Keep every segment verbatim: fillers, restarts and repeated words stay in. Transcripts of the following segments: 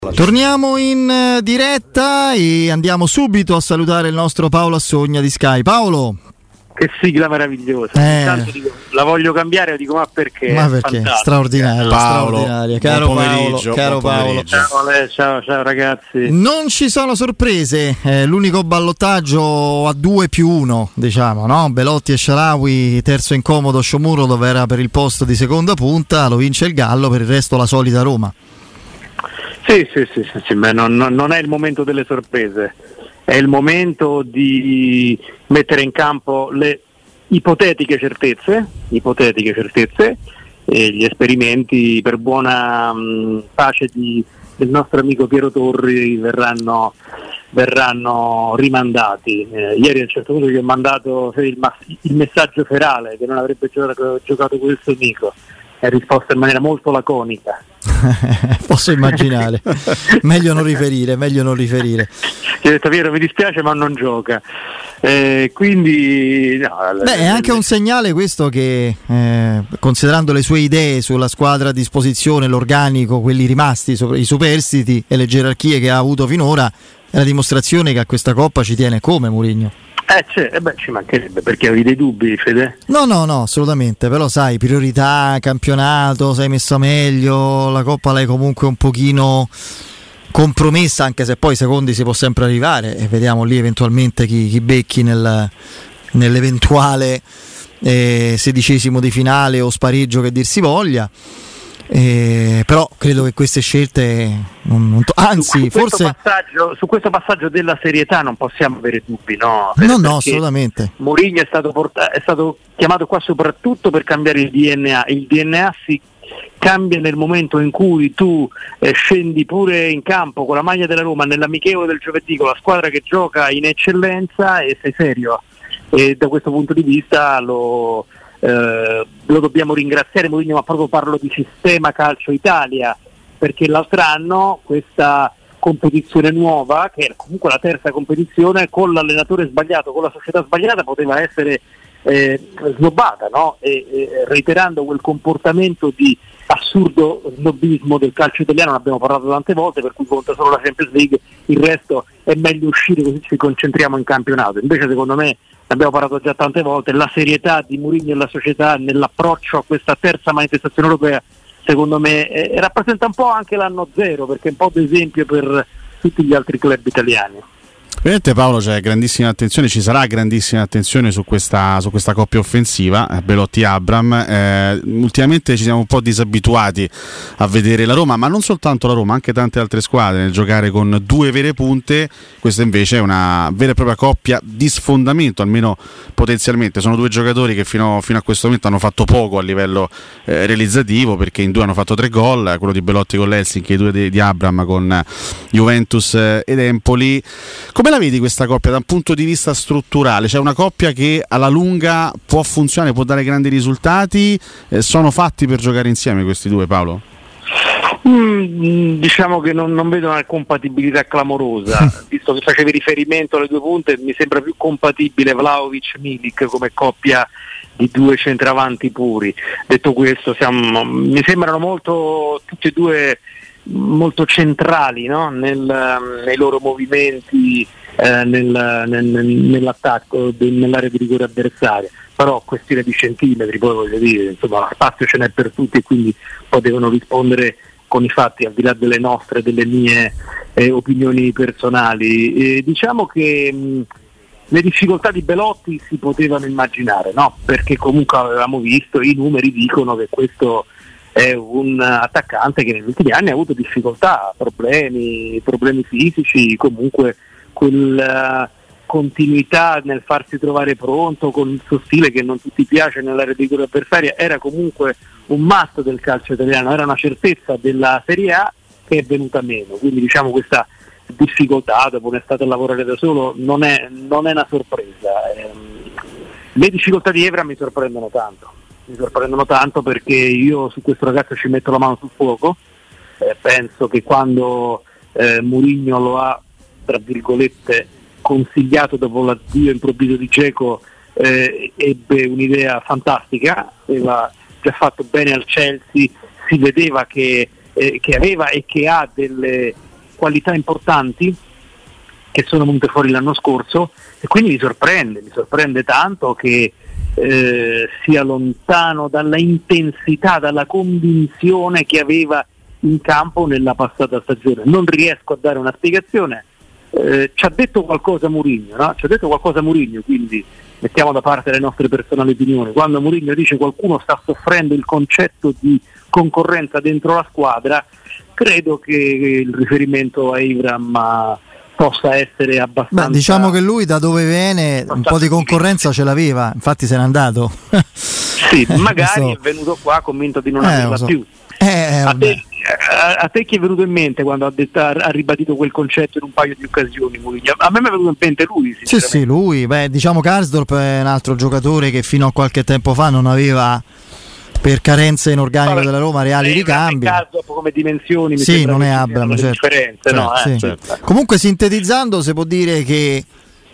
Torniamo in diretta e andiamo subito a salutare il nostro Paolo Assogna di Sky. Paolo. Che sigla meravigliosa. Eh. Intanto dico, la voglio cambiare, dico ma perché? Ma perché? Straordinaria, Paolo, straordinaria. Caro Paolo, caro Paolo. Ciao, Ale, ciao, ciao ragazzi. Non ci sono sorprese, eh, l'unico ballottaggio a due più uno, diciamo, no? Belotti e Shaarawy, terzo incomodo Sciomuro dove era per il posto di seconda punta, lo vince il Gallo, per il resto la solita Roma. Sì, sì, sì, sì, sì beh, non, non è il momento delle sorprese, è il momento di mettere in campo le ipotetiche certezze, ipotetiche certezze e gli esperimenti per buona mh, pace di, del nostro amico Piero Torri verranno, verranno rimandati. Eh, ieri a un certo punto gli ho mandato il, il messaggio ferale che non avrebbe giocato, giocato con il suo amico. È risposta in maniera molto laconica. Posso immaginare. meglio non riferire, meglio non riferire. Ti ho detto Piero, mi dispiace ma non gioca. Eh, quindi no, beh, è anche un segnale questo che eh, considerando le sue idee sulla squadra a disposizione, l'organico, quelli rimasti, i superstiti e le gerarchie che ha avuto finora, è la dimostrazione che a questa Coppa ci tiene come Mourinho. Eh, c'è, eh beh, ci mancherebbe, perché avevi dei dubbi, Fede? No, no, no, assolutamente, però sai, priorità, campionato, sei messa meglio, la Coppa l'hai comunque un pochino compromessa, anche se poi secondi si può sempre arrivare e vediamo lì eventualmente chi, chi becchi nel, nell'eventuale eh, sedicesimo di finale o spareggio che dir si voglia. Eh, però credo che queste scelte non, non to- anzi su forse passaggio, su questo passaggio della serietà non possiamo avere dubbi, no? No, no, assolutamente. Mourinho è stato, portato, è stato chiamato qua soprattutto per cambiare il D N A. Il D N A si cambia nel momento in cui tu eh, scendi pure in campo con la maglia della Roma nell'amichevole del giovedì con la squadra che gioca in eccellenza e sei serio, e da questo punto di vista lo Eh, lo dobbiamo ringraziare Mourinho, ma proprio parlo di sistema calcio Italia, perché l'altro anno questa competizione nuova, che era comunque la terza competizione, con l'allenatore sbagliato, con la società sbagliata, poteva essere eh, snobbata, no? E, e, reiterando quel comportamento di assurdo snobismo del calcio italiano, ne abbiamo parlato tante volte, per cui conta solo la Champions League, il resto è meglio uscire così ci concentriamo in campionato. Invece secondo me, abbiamo parlato già tante volte, la serietà di Mourinho e la società nell'approccio a questa terza manifestazione europea secondo me eh, rappresenta un po' anche l'anno zero, perché è un po' d'esempio per tutti gli altri club italiani. Vedete Paolo, c'è grandissima attenzione, ci sarà grandissima attenzione su questa, su questa coppia offensiva, eh, Belotti-Abram. Eh, ultimamente ci siamo un po' disabituati a vedere la Roma, ma non soltanto la Roma, anche tante altre squadre nel giocare con due vere punte. Questa invece è una vera e propria coppia di sfondamento, almeno potenzialmente. Sono due giocatori che fino, fino a questo momento hanno fatto poco a livello eh, realizzativo, perché in due hanno fatto tre gol, quello di Belotti con l'Helsinki e i due di, di Abram con Juventus ed Empoli. Come la vedi questa coppia da un punto di vista strutturale? C'è una coppia che alla lunga può funzionare, può dare grandi risultati, eh, sono fatti per giocare insieme questi due, Paolo? Mm, diciamo che non, non vedo una compatibilità clamorosa, visto che facevi riferimento alle due punte, mi sembra più compatibile Vlahovic-Milik come coppia di due centravanti puri. Detto questo, siamo, mi sembrano molto tutti e due molto centrali, no? Nel, nei loro movimenti eh, nel, nel, nell'attacco de, nell'area di rigore avversaria, però questione di centimetri, poi voglio dire, insomma, spazio ce n'è per tutti e quindi poi devono rispondere con i fatti, al di là delle nostre, delle mie eh, opinioni personali. E diciamo che mh, le difficoltà di Belotti si potevano immaginare, no? Perché comunque avevamo visto, i numeri dicono che questo è un attaccante che negli ultimi anni ha avuto difficoltà, problemi, problemi fisici, comunque quella continuità nel farsi trovare pronto con il suo stile che non tutti piace nell'area di rigore avversaria, era comunque un must del calcio italiano, era una certezza della Serie A che è venuta meno, quindi diciamo questa difficoltà dopo un'estate a lavorare da solo non è, non è una sorpresa. Le difficoltà di Evra mi sorprendono tanto. mi sorprendono tanto perché io su questo ragazzo ci metto la mano sul fuoco, eh, penso che quando eh, Mourinho lo ha tra virgolette consigliato dopo l'addio improvviso di Dzeko eh, ebbe un'idea fantastica, aveva già fatto bene al Chelsea, si vedeva che, eh, che aveva e che ha delle qualità importanti che sono venute fuori l'anno scorso, e quindi mi sorprende, mi sorprende tanto che eh, sia lontano dalla intensità, dalla convinzione che aveva in campo nella passata stagione. Non riesco a dare una spiegazione. Eh, ci ha detto qualcosa Mourinho, no? Ci ha detto qualcosa Mourinho, quindi mettiamo da parte le nostre personali opinioni. Quando Mourinho dice qualcuno sta soffrendo il concetto di concorrenza dentro la squadra, credo che il riferimento a Evram possa essere abbastanza... Beh, diciamo che lui da dove viene un po' di concorrenza ce l'aveva, infatti se n'è andato. Sì, magari so. È venuto qua convinto di non eh, averla so. più. Eh, a, te, a, a te chi è venuto in mente quando ha, detto, ha ribadito quel concetto in un paio di occasioni? Mourinho? A me mi è venuto in mente lui. Sì, sì, lui. Beh, diciamo Karsdorp è un altro giocatore che fino a qualche tempo fa non aveva, per carenze in organico Vabbè, della Roma, reali ricambi. Come dimensioni, mi sì, non è Abram, certo. Certo, no, eh, sì. certo. Comunque, sintetizzando, si può dire che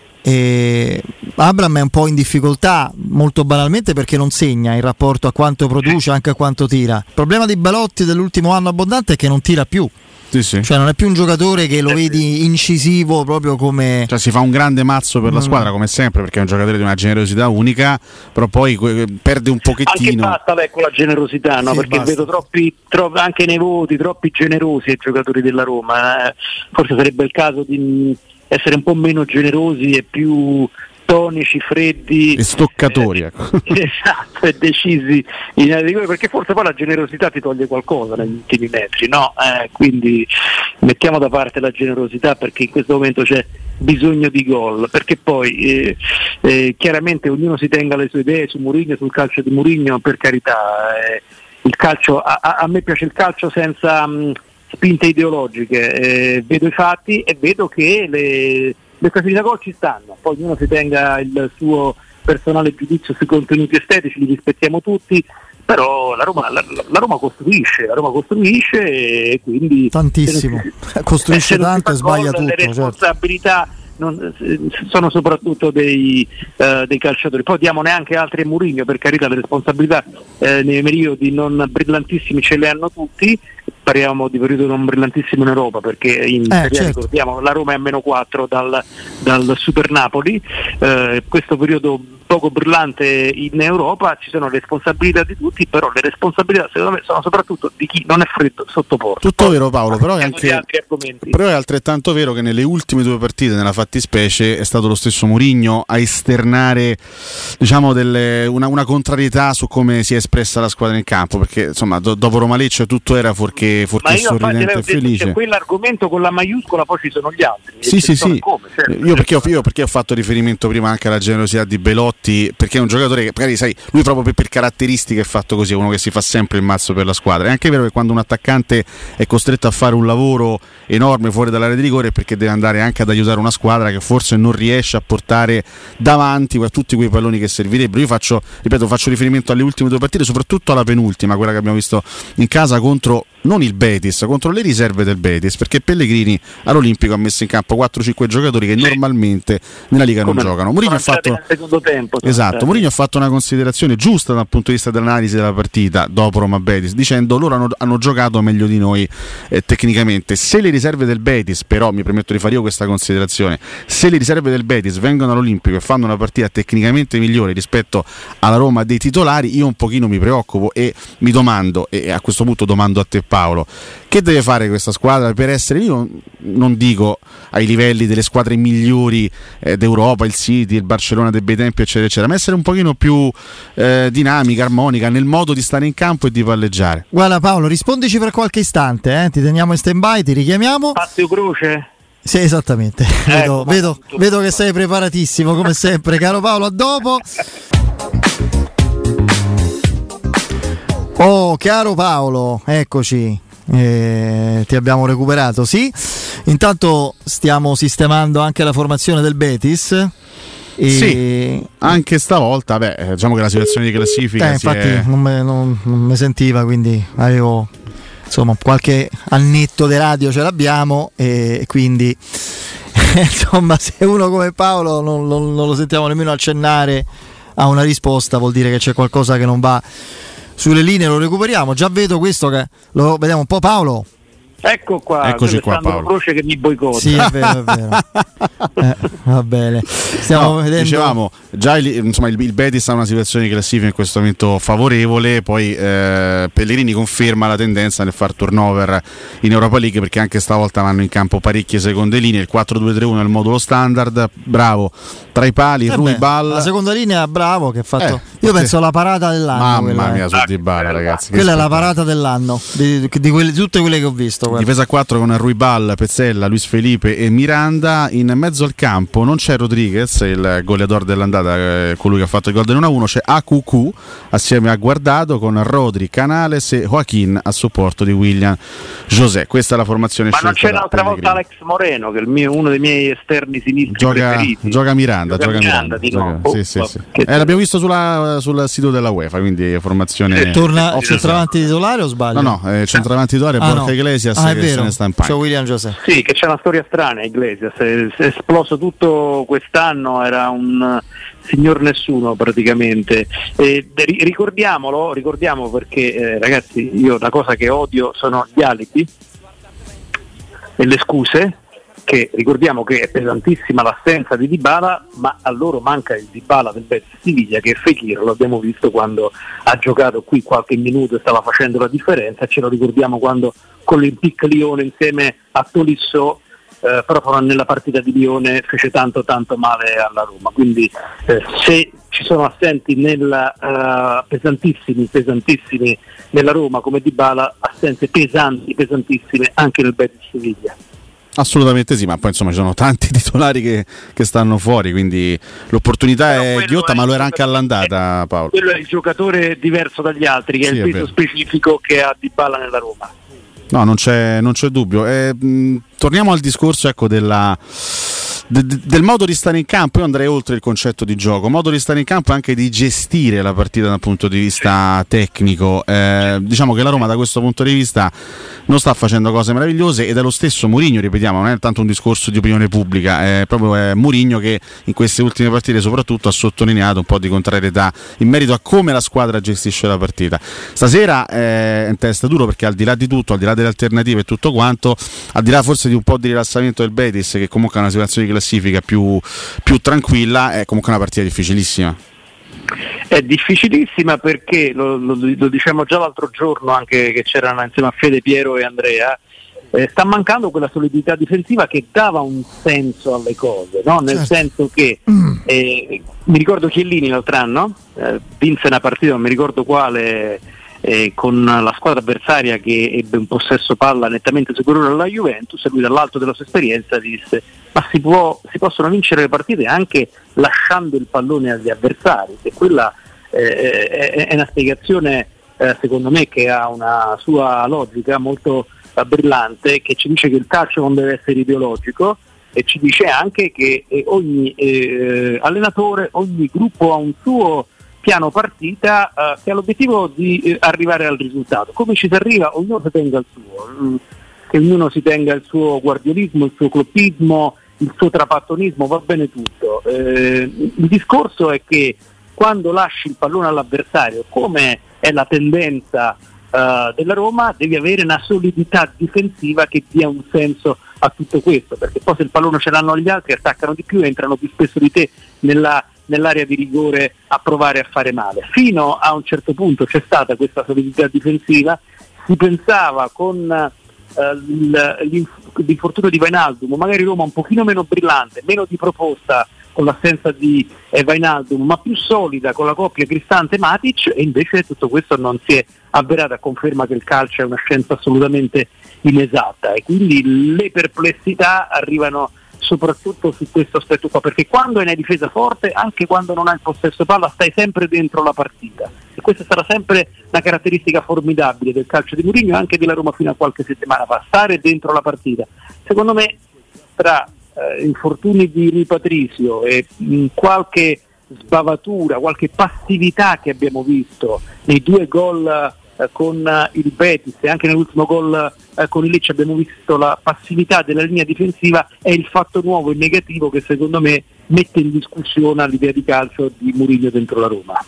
Eh, Abram è un po' in difficoltà, molto banalmente, perché non segna in rapporto a quanto produce, anche a quanto tira. Il problema di Belotti dell'ultimo anno abbondante è che non tira più. Sì, sì. Cioè non è più un giocatore che lo vedi incisivo proprio come... Cioè si fa un grande mazzo per la squadra come sempre, perché è un giocatore di una generosità unica, però poi perde un pochettino. Anche basta beh, con la generosità, no? Sì, perché basta. Vedo troppi, troppi, anche nei voti, troppi generosi ai giocatori della Roma. Eh. Forse sarebbe il caso di essere un po' meno generosi e più tonici, freddi e stoccatori, eh, ecco. Esatto, e decisi in rigore, perché forse poi la generosità ti toglie qualcosa negli ultimi metri, no? Eh, quindi mettiamo da parte la generosità, perché in questo momento c'è bisogno di gol, perché poi eh, eh, chiaramente ognuno si tenga le sue idee su Mourinho, sul calcio di Mourinho, per carità. Eh, il calcio a, a me piace il calcio senza mh, spinte ideologiche, eh, vedo i fatti e vedo che le le occasioni da gol ci stanno, poi ognuno si tenga il suo personale giudizio sui contenuti estetici, li rispettiamo tutti, però la Roma, la, la Roma costruisce, la Roma costruisce e quindi tantissimo, si, costruisce tanto e sbaglia gol, tutto. Le responsabilità certo. Non, sono soprattutto dei, uh, dei calciatori. Poi diamo neanche altri a Mourinho, per carità, le responsabilità eh, nei periodi non brillantissimi ce le hanno tutti. Parliamo di periodo non brillantissimo in Europa, perché in eh, Serie A certo. ricordiamo la Roma è a meno quattro dal, dal Super Napoli, eh, questo periodo poco brillante in Europa, ci sono responsabilità di tutti, però le responsabilità secondo me sono soprattutto di chi non è freddo sotto porta. Tutto Poi, vero Paolo, però è, anche, però è altrettanto vero che nelle ultime due partite, nella fattispecie, è stato lo stesso Mourinho a esternare, diciamo, delle, una, una contrarietà su come si è espressa la squadra in campo, perché insomma do, dopo Roma Lecce tutto era fuorché, fuorché sorridente e felice. C'è quell'argomento con la maiuscola, poi ci sono gli altri. Sì, sì, sì. Come, certo, io, perché ho, io perché ho fatto riferimento prima anche alla generosità di Belotti, perché è un giocatore che magari, sai, lui proprio per, per caratteristiche è fatto così, è uno che si fa sempre il mazzo per la squadra. È anche vero che quando un attaccante è costretto a fare un lavoro enorme fuori dall'area di rigore è perché deve andare anche ad aiutare una squadra che forse non riesce a portare davanti a tutti quei palloni che servirebbero. Io faccio, ripeto, faccio riferimento alle ultime due partite, soprattutto alla penultima, quella che abbiamo visto in casa contro non il Betis, contro le riserve del Betis, perché Pellegrini all'Olimpico ha messo in campo quattro cinque giocatori che sì. normalmente nella Liga Come non giocano. Mourinho ha fatto secondo tempo, esatto, Mourinho ha fatto una considerazione giusta dal punto di vista dell'analisi della partita dopo Roma Betis, dicendo loro hanno, hanno giocato meglio di noi eh, tecnicamente. Se le riserve del Betis, però mi permetto di fare io questa considerazione, se le riserve del Betis vengono all'Olimpico e fanno una partita tecnicamente migliore rispetto alla Roma dei titolari, io un pochino mi preoccupo e mi domando, e a questo punto domando a te Paolo, che deve fare questa squadra per essere, io non dico ai livelli delle squadre migliori eh, d'Europa, il City, il Barcellona dei bei tempi eccetera eccetera, ma essere un pochino più eh, dinamica, armonica nel modo di stare in campo e di palleggiare. Guarda Paolo, rispondici per qualche istante, eh? Ti teniamo in stand by, ti richiamiamo. Fazio Croce? Sì, esattamente. Ecco, vedo, vedo, vedo che sei preparatissimo come sempre, caro Paolo, a dopo. Oh, caro Paolo, eccoci. Eh, ti abbiamo recuperato, sì. Intanto stiamo sistemando anche la formazione del Betis. E... Sì, anche stavolta, beh, diciamo che la situazione di classifica eh, infatti è... non me, non, non me sentiva, quindi avevo insomma qualche annetto di radio ce l'abbiamo e quindi insomma se uno come Paolo non, non, non lo sentiamo nemmeno accennare a una risposta vuol dire che c'è qualcosa che non va sulle linee. Lo recuperiamo, già vedo questo che lo vediamo un po'. Paolo, Ecco qua, eccoci qua, Paolo. Croce che mi boicotta. Sì, è vero, è vero. eh, va bene. Stiamo no, vedendo. Dicevamo, già il, insomma, il, il Betis ha una situazione di classifica in questo momento favorevole, poi eh, Pellegrini conferma la tendenza nel far turnover in Europa League, perché anche stavolta vanno in campo parecchie seconde linee, il quattro due tre uno è il modulo standard, bravo, tra i pali, eh Rui Ball. La seconda linea, bravo, che ha fatto. Eh, Io penso alla parata dell'anno. Mamma quella, mia, eh. su Dybala, ragazzi. Quella è la parata dell'anno, di, di, quelle, di tutte quelle che ho visto. Guarda. Difesa a quattro con Rui Ball, Pezzella, Luis Felipe e Miranda. In mezzo al campo non c'è Rodriguez, il goleador dell'andata, colui che ha fatto il gol del uno a uno, c'è A Q Q assieme a Guardado con Rodri, Canales e Joaquin a supporto di William José. Questa è la formazione ma scelta. Ma non c'è l'altra volta Alex Moreno, che è il mio, uno dei miei esterni sinistri gioca, preferiti. Gioca Miranda, gioca, gioca Miranda, Miranda, di gioca, sì, sì, sì. Eh, l'abbiamo visto sulla, sul sito della UEFA, quindi formazione. E torna il centravanti titolare o sbaglio? No, no, eh, centravanti titolare ah, Borja no. Iglesias ah, che vero. se ne sta in panca. C'è William José. Sì, che c'è una storia strana, Iglesias è, è esploso tutto quest'anno, era un signor nessuno praticamente. E, ricordiamolo, ricordiamo perché eh, ragazzi, io la cosa che odio sono gli alibi e le scuse, che ricordiamo che è pesantissima l'assenza di Dybala, ma a loro manca il Dybala del Betis Siviglia, che è Fekir, lo abbiamo visto quando ha giocato qui qualche minuto e stava facendo la differenza, ce lo ricordiamo quando con l'Olympique Lione insieme a Tolisso eh, proprio nella partita di Lione fece tanto tanto male alla Roma. Quindi eh, se ci sono assenti nella, uh, pesantissimi pesantissimi nella Roma come Dybala, assenze pesanti pesantissime anche nel Betis Siviglia. Assolutamente sì, ma poi insomma ci sono tanti titolari che, che stanno fuori, quindi l'opportunità Però è ghiotta, ma lo era anche all'andata, Paolo. Quello è il giocatore diverso dagli altri, che sì, è il peso è specifico che ha Dybala nella Roma. No, non c'è, non c'è dubbio. Eh, mh, torniamo al discorso, ecco, della... De, de, del modo di stare in campo. Io andrei oltre il concetto di gioco, modo di stare in campo e anche di gestire la partita dal punto di vista tecnico. Eh, diciamo che la Roma da questo punto di vista non sta facendo cose meravigliose, ed è lo stesso Mourinho, ripetiamo, non è tanto un discorso di opinione pubblica, è proprio è Mourinho che in queste ultime partite soprattutto ha sottolineato un po' di contrarietà in merito a come la squadra gestisce la partita. Stasera è in testa duro perché al di là di tutto, al di là delle alternative e tutto quanto, al di là forse di un po' di rilassamento del Betis, che comunque è una situazione di classifica più, più tranquilla, è comunque una partita difficilissima. È difficilissima perché lo, lo, lo diciamo già l'altro giorno, anche che c'erano insieme a Fede, Piero e Andrea, eh, sta mancando quella solidità difensiva che dava un senso alle cose, no? Nel certo. senso che eh, mi ricordo Chiellini l'altro anno eh, vinse una partita, non mi ricordo quale, eh, con la squadra avversaria che ebbe un possesso palla nettamente superiore alla Juventus, e lui dall'alto della sua esperienza disse: ma si, può, si possono vincere le partite anche lasciando il pallone agli avversari, e quella eh, è, è una spiegazione eh, secondo me che ha una sua logica molto eh, brillante, che ci dice che il calcio non deve essere ideologico, e ci dice anche che eh, ogni eh, allenatore, ogni gruppo ha un suo piano partita eh, che ha l'obiettivo di eh, arrivare al risultato. Come ci si arriva? Ognuno si tenga il suo, mm, che ognuno si tenga il suo guardiolismo, il suo cloppismo, il suo trapattonismo, va bene tutto. Eh, il discorso è che quando lasci il pallone all'avversario, come è la tendenza uh, della Roma, devi avere una solidità difensiva che dia un senso a tutto questo, perché poi se il pallone ce l'hanno gli altri attaccano di più, entrano più spesso di te nella, nell'area di rigore a provare a fare male. Fino a un certo punto c'è stata questa solidità difensiva, si pensava con l'infortunio di Wijnaldum, magari Roma un pochino meno brillante, meno di proposta con l'assenza di eh, Wijnaldum, ma più solida con la coppia Cristante-Matic, e invece tutto questo non si è avverato, a conferma che il calcio è una scienza assolutamente inesatta, e quindi le perplessità arrivano soprattutto su questo aspetto qua, perché quando hai una difesa forte, anche quando non hai il possesso palla, stai sempre dentro la partita, e questa sarà sempre una caratteristica formidabile del calcio di Mourinho e anche della Roma fino a qualche settimana fa, stare dentro la partita. Secondo me tra eh, infortuni di Rui Patricio e mh, qualche sbavatura, qualche passività che abbiamo visto nei due gol eh, con uh, il Betis, e anche nell'ultimo gol uh, con il Lecce abbiamo visto la passività della linea difensiva, è il fatto nuovo e negativo che secondo me mette in discussione l'idea di calcio di Mourinho dentro la Roma.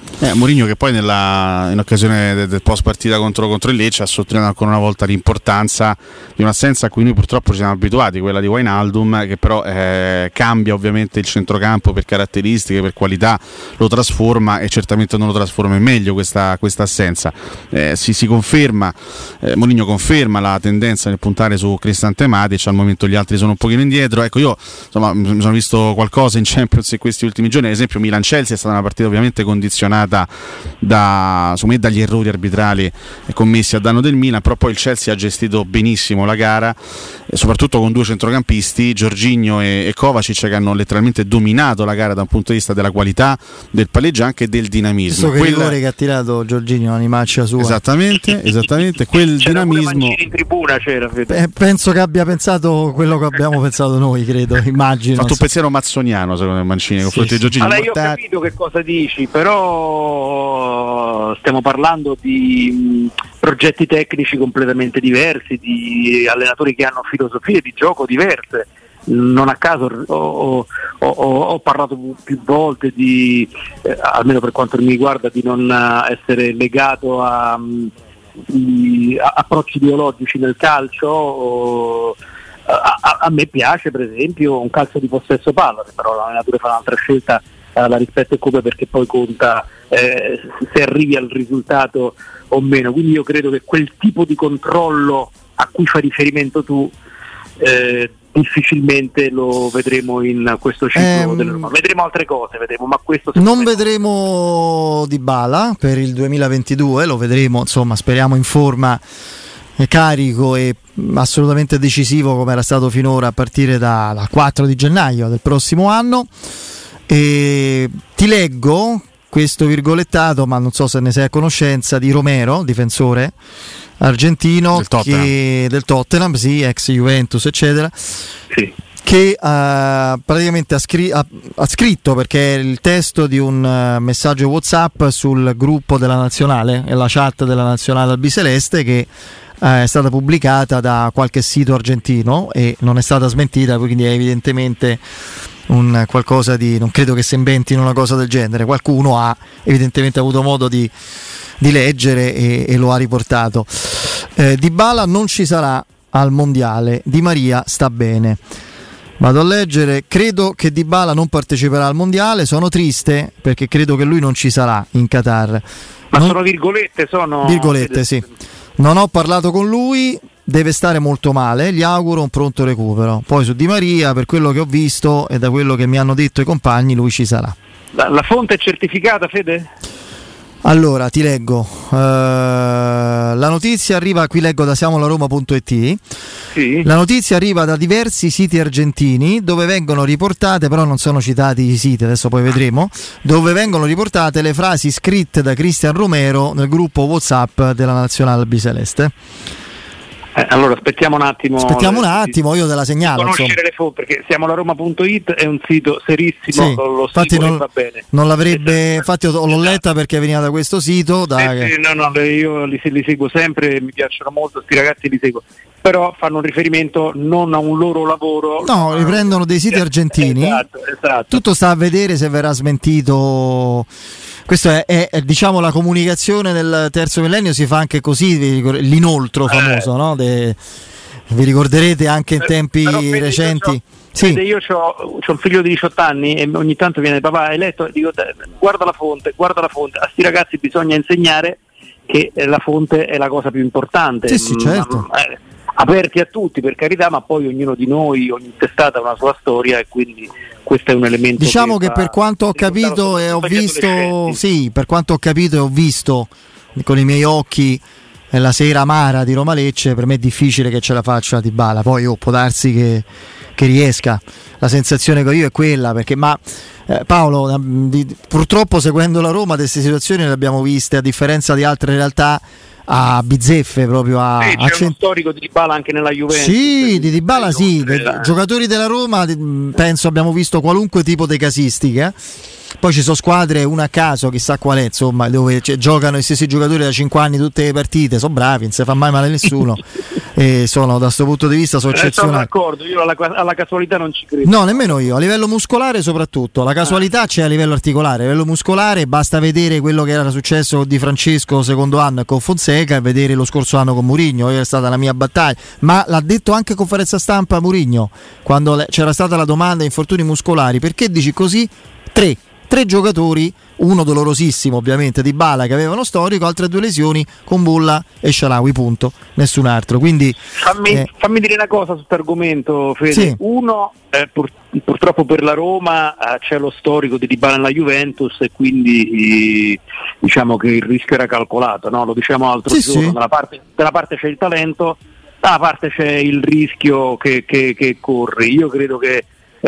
Eh, Mourinho che poi nella, in occasione del, del post partita contro, contro il Lecce ha sottolineato ancora una volta l'importanza di un'assenza a cui noi purtroppo ci siamo abituati, quella di Wijnaldum, che però eh, cambia ovviamente il centrocampo per caratteristiche, per qualità, lo trasforma e certamente non lo trasforma in meglio questa, questa assenza. Eh, si, si conferma, eh, Mourinho conferma la tendenza nel puntare su Cristante Matic, al momento gli altri sono un pochino indietro. Ecco, io insomma mi sono visto qualcosa in Champions in questi ultimi giorni, ad esempio Milan-Chelsea è stata una partita ovviamente condizionata da, me, dagli errori arbitrali commessi a danno del Milan, però poi il Chelsea ha gestito benissimo la gara, soprattutto con due centrocampisti, Jorginho e, e Kovacic, che hanno letteralmente dominato la gara da un punto di vista della qualità, del palleggio, anche del dinamismo. Questo che rigore che ha tirato Jorginho, un'animaccia sua. Esattamente, esattamente quel c'era dinamismo. In tribuna c'era, eh, penso che abbia pensato quello che abbiamo pensato noi, credo, immagino. Ha fatto un pensiero mazzoniano secondo me Mancini con sì, sì. di Jorginho. Allora, io ho capito che cosa dici, però stiamo parlando di mh, progetti tecnici completamente diversi, di allenatori che hanno filosofie di gioco diverse. Non a caso ho, ho, ho parlato più volte di, eh, almeno per quanto mi riguarda, di non essere legato a, di, a approcci ideologici nel calcio. O, a, a, a me piace per esempio un calcio di possesso palla, però l'allenatore fa un'altra scelta, eh, la rispetto e come, perché poi conta eh, se arrivi al risultato o meno. Quindi io credo che quel tipo di controllo a cui fai riferimento tu eh, difficilmente lo vedremo in questo ciclo ehm, delle Roma. Vedremo altre cose, vedremo, ma questo non vedremo Dybala per il duemilaventidue, lo vedremo, insomma, speriamo in forma, carico e assolutamente decisivo come era stato finora a partire da, da quattro di gennaio del prossimo anno. E ti leggo questo virgolettato, ma non so se ne sei a conoscenza, di Romero, difensore argentino del Tottenham, che, del Tottenham sì, ex Juventus eccetera, sì. che uh, praticamente ha, scri- ha, ha scritto, perché è il testo di un uh, messaggio WhatsApp sul gruppo della nazionale e la chat della nazionale albiceleste, che uh, è stata pubblicata da qualche sito argentino e non è stata smentita, quindi è evidentemente un qualcosa di, non credo che si inventino una cosa del genere, qualcuno ha evidentemente avuto modo di, di leggere e, e lo ha riportato. eh, Dybala non ci sarà al mondiale, Di Maria sta bene. Vado a leggere: credo che Dybala non parteciperà al mondiale, sono triste perché credo che lui non ci sarà in Qatar. Ma non... sono virgolette, sono virgolette, sì. Non ho parlato con lui, deve stare molto male, gli auguro un pronto recupero. Poi su Di Maria, per quello che ho visto e da quello che mi hanno detto i compagni, lui ci sarà. La, la fonte è certificata, Fede? Allora, ti leggo. Uh, la notizia arriva, qui leggo da siamolaroma punto it. Sì. La notizia arriva da diversi siti argentini dove vengono riportate, però non sono citati i siti, adesso poi vedremo, dove vengono riportate le frasi scritte da Cristian Romero nel gruppo WhatsApp della Nazionale Albiceleste. Eh, allora aspettiamo un attimo. Aspettiamo un attimo, io te la segnalo. Conoscere insomma. le fonti, perché siamo la Roma punto it, è un sito serissimo, sì, lo infatti non, va bene. Non l'avrebbe, infatti l'ho esatto. letta perché veniva da questo sito. Da... Eh, sì, no, no, io li, li seguo sempre, mi piacciono molto, sti ragazzi li seguo. Però fanno un riferimento non a un loro lavoro. No, riprendono dei siti argentini. Esatto, esatto. Tutto sta a vedere se verrà smentito. Questo è, è, è diciamo la comunicazione del terzo millennio, si fa anche così, l'inoltro famoso, eh. no? De, vi ricorderete anche in tempi però, recenti. Io sì. Io ho un figlio di diciotto anni e ogni tanto viene papà, hai letto? Dico, guarda la fonte, guarda la fonte. A sti ragazzi bisogna insegnare che la fonte è la cosa più importante. Sì, sì, certo. Ma, eh, aperti a tutti, per carità, ma poi ognuno di noi, ogni testata ha una sua storia e quindi questo è un elemento. Diciamo che, che per quanto ho capito e ho visto, sì, per quanto ho capito e ho visto con i miei occhi la sera amara di Roma Lecce, per me è difficile che ce la faccia a Dybala. Poi oh, può darsi che, che riesca. La sensazione che ho io è quella, perché ma eh, Paolo, di, purtroppo seguendo la Roma queste situazioni le abbiamo viste, a differenza di altre realtà, a bizzeffe, proprio a, sì, c'è a uno cent... storico di Dybala anche nella Juventus. Sì, di Dybala sì, dei giocatori della Roma penso abbiamo visto qualunque tipo di casistiche. Poi ci sono squadre, una a caso, chissà qual è, insomma, dove giocano gli stessi giocatori da cinque anni tutte le partite, sono bravi, non si fa mai male nessuno. e sono da questo punto di vista sono eccezionali. Sono d'accordo, io alla, alla casualità non ci credo. No, nemmeno io, a livello muscolare soprattutto, la casualità c'è a livello articolare, a livello muscolare basta vedere quello che era successo con Di Francesco secondo anno e con Fonseca e vedere lo scorso anno con Mourinho, è stata la mia battaglia, ma l'ha detto anche in conferenza stampa Mourinho, quando le, c'era stata la domanda infortuni muscolari, perché dici così? Tre. Tre giocatori, uno dolorosissimo ovviamente, Dybala che aveva uno storico, altre due lesioni con Bulla e Shaarawy, punto, nessun altro. Quindi fammi, eh, fammi dire una cosa su questo argomento, Fede. Sì. Uno, eh, pur, purtroppo per la Roma eh, c'è lo storico di Dybala nella Juventus e quindi eh, diciamo che il rischio era calcolato, no? Lo diciamo l'altro sì, giorno, sì. Dalla, parte, dalla parte c'è il talento, dalla parte c'è il rischio che, che, che corri. Io credo che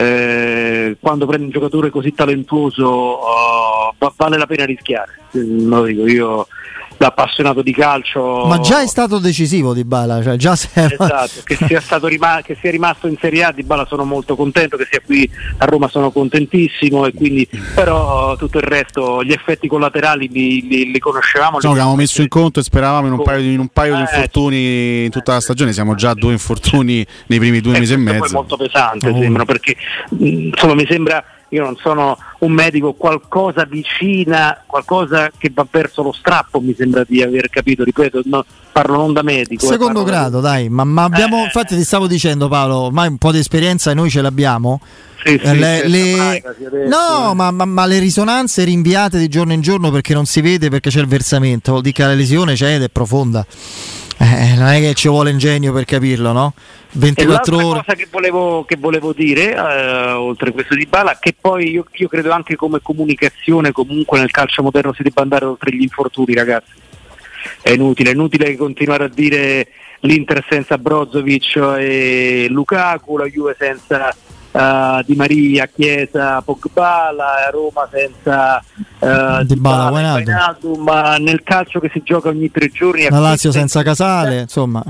Eh, quando prendi un giocatore così talentuoso uh, va- vale la pena rischiare, lo dico io da appassionato di calcio. Ma già è stato decisivo Dybala, cioè già esatto, che sia stato rima- che sia rimasto in Serie A Dybala sono molto contento, che sia qui a Roma sono contentissimo e quindi però tutto il resto, gli effetti collaterali li, li, li conoscevamo. Diciamo li che avevamo messo in conto e speravamo in un paio di, in un paio di eh, infortuni in tutta la stagione, siamo già a due infortuni nei primi due eh, mesi e mezzo. Poi molto pesante, oh. sembrano, perché mh, insomma mi sembra, io non sono un medico, qualcosa vicina, qualcosa che va verso lo strappo mi sembra di aver capito, ripeto, no, parlo non da medico. Secondo eh, grado, da... dai, ma, ma abbiamo, eh, infatti ti stavo dicendo Paolo, ormai un po' di esperienza e noi ce l'abbiamo. Sì, sì, le, le... detto, no, eh. ma, ma, ma le risonanze rinviate di giorno in giorno perché non si vede, perché c'è il versamento, vuol dire che la lesione c'è ed è profonda. Eh, non è che ci vuole ingegno per capirlo, no? ventiquattro e ore. cosa che volevo, che volevo dire, eh, oltre questo di Dybala, che poi io, io credo anche come comunicazione comunque nel calcio moderno si debba andare oltre gli infortuni, ragazzi. È inutile, è inutile continuare a dire l'Inter senza Brozovic e Lukaku, la Juve senza uh, Di Maria, Chiesa, Pogba, la Roma senza uh, Dybala, Wijnaldum, ma nel calcio che si gioca ogni tre giorni, la Lazio senza Casale, insomma.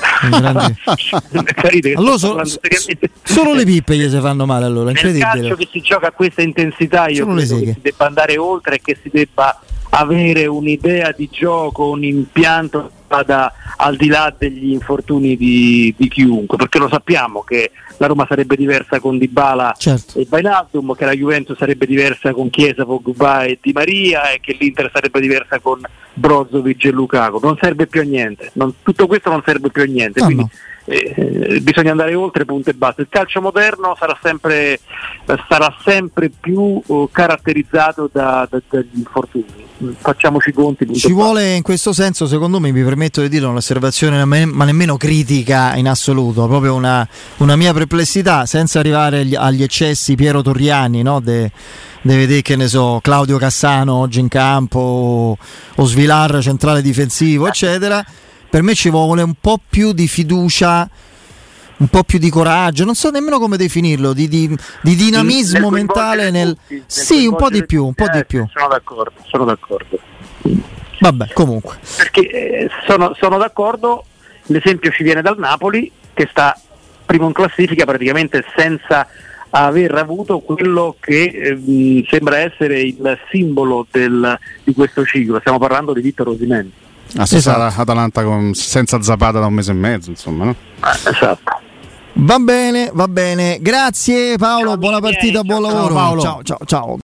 Carite, allora so, so, solo le pippe gli si fanno male, allora nel calcio che si gioca a questa intensità io solo credo che si debba andare oltre e che si debba avere un'idea di gioco, un impianto vada al di là degli infortuni di, di chiunque, perché lo sappiamo che la Roma sarebbe diversa con Dybala, certo, e Wijnaldum, che la Juventus sarebbe diversa con Chiesa, Pogba e Di Maria, e che l'Inter sarebbe diversa con Brozovic e Lukaku. Non serve più a niente, non, tutto questo non serve più a niente, no, quindi no. Eh, bisogna andare oltre, punto e basta. Il calcio moderno sarà sempre, sarà sempre più uh, caratterizzato da, da, dagli infortuni. Facciamoci conti. Ci vuole in questo senso, secondo me, mi permetto di dire un'osservazione ma nemmeno critica in assoluto, proprio una, una mia perplessità, senza arrivare agli, agli eccessi Piero Torriani, no? De, de vedere, che ne so, Claudio Cassano oggi in campo o, o Svilar centrale difensivo, eccetera. Per me ci vuole un po' più di fiducia, un po' più di coraggio, non so nemmeno come definirlo, di, di, di dinamismo nel mentale nel, tutti, nel sì, un po' di più, un po' eh, di più. Sono d'accordo, sono d'accordo. Vabbè, comunque. Perché eh, sono, sono d'accordo, l'esempio ci viene dal Napoli, che sta primo in classifica praticamente senza aver avuto quello che eh, sembra essere il simbolo del, di questo ciclo. Stiamo parlando di Victor Osimhen. La stessa esatto. Atalanta con, senza Zapata da un mese e mezzo, insomma, no? Eh, esatto. Va bene, va bene. Grazie Paolo, ciao, buona partita, buon lavoro. Ciao, Paolo. Ciao, ciao, ciao.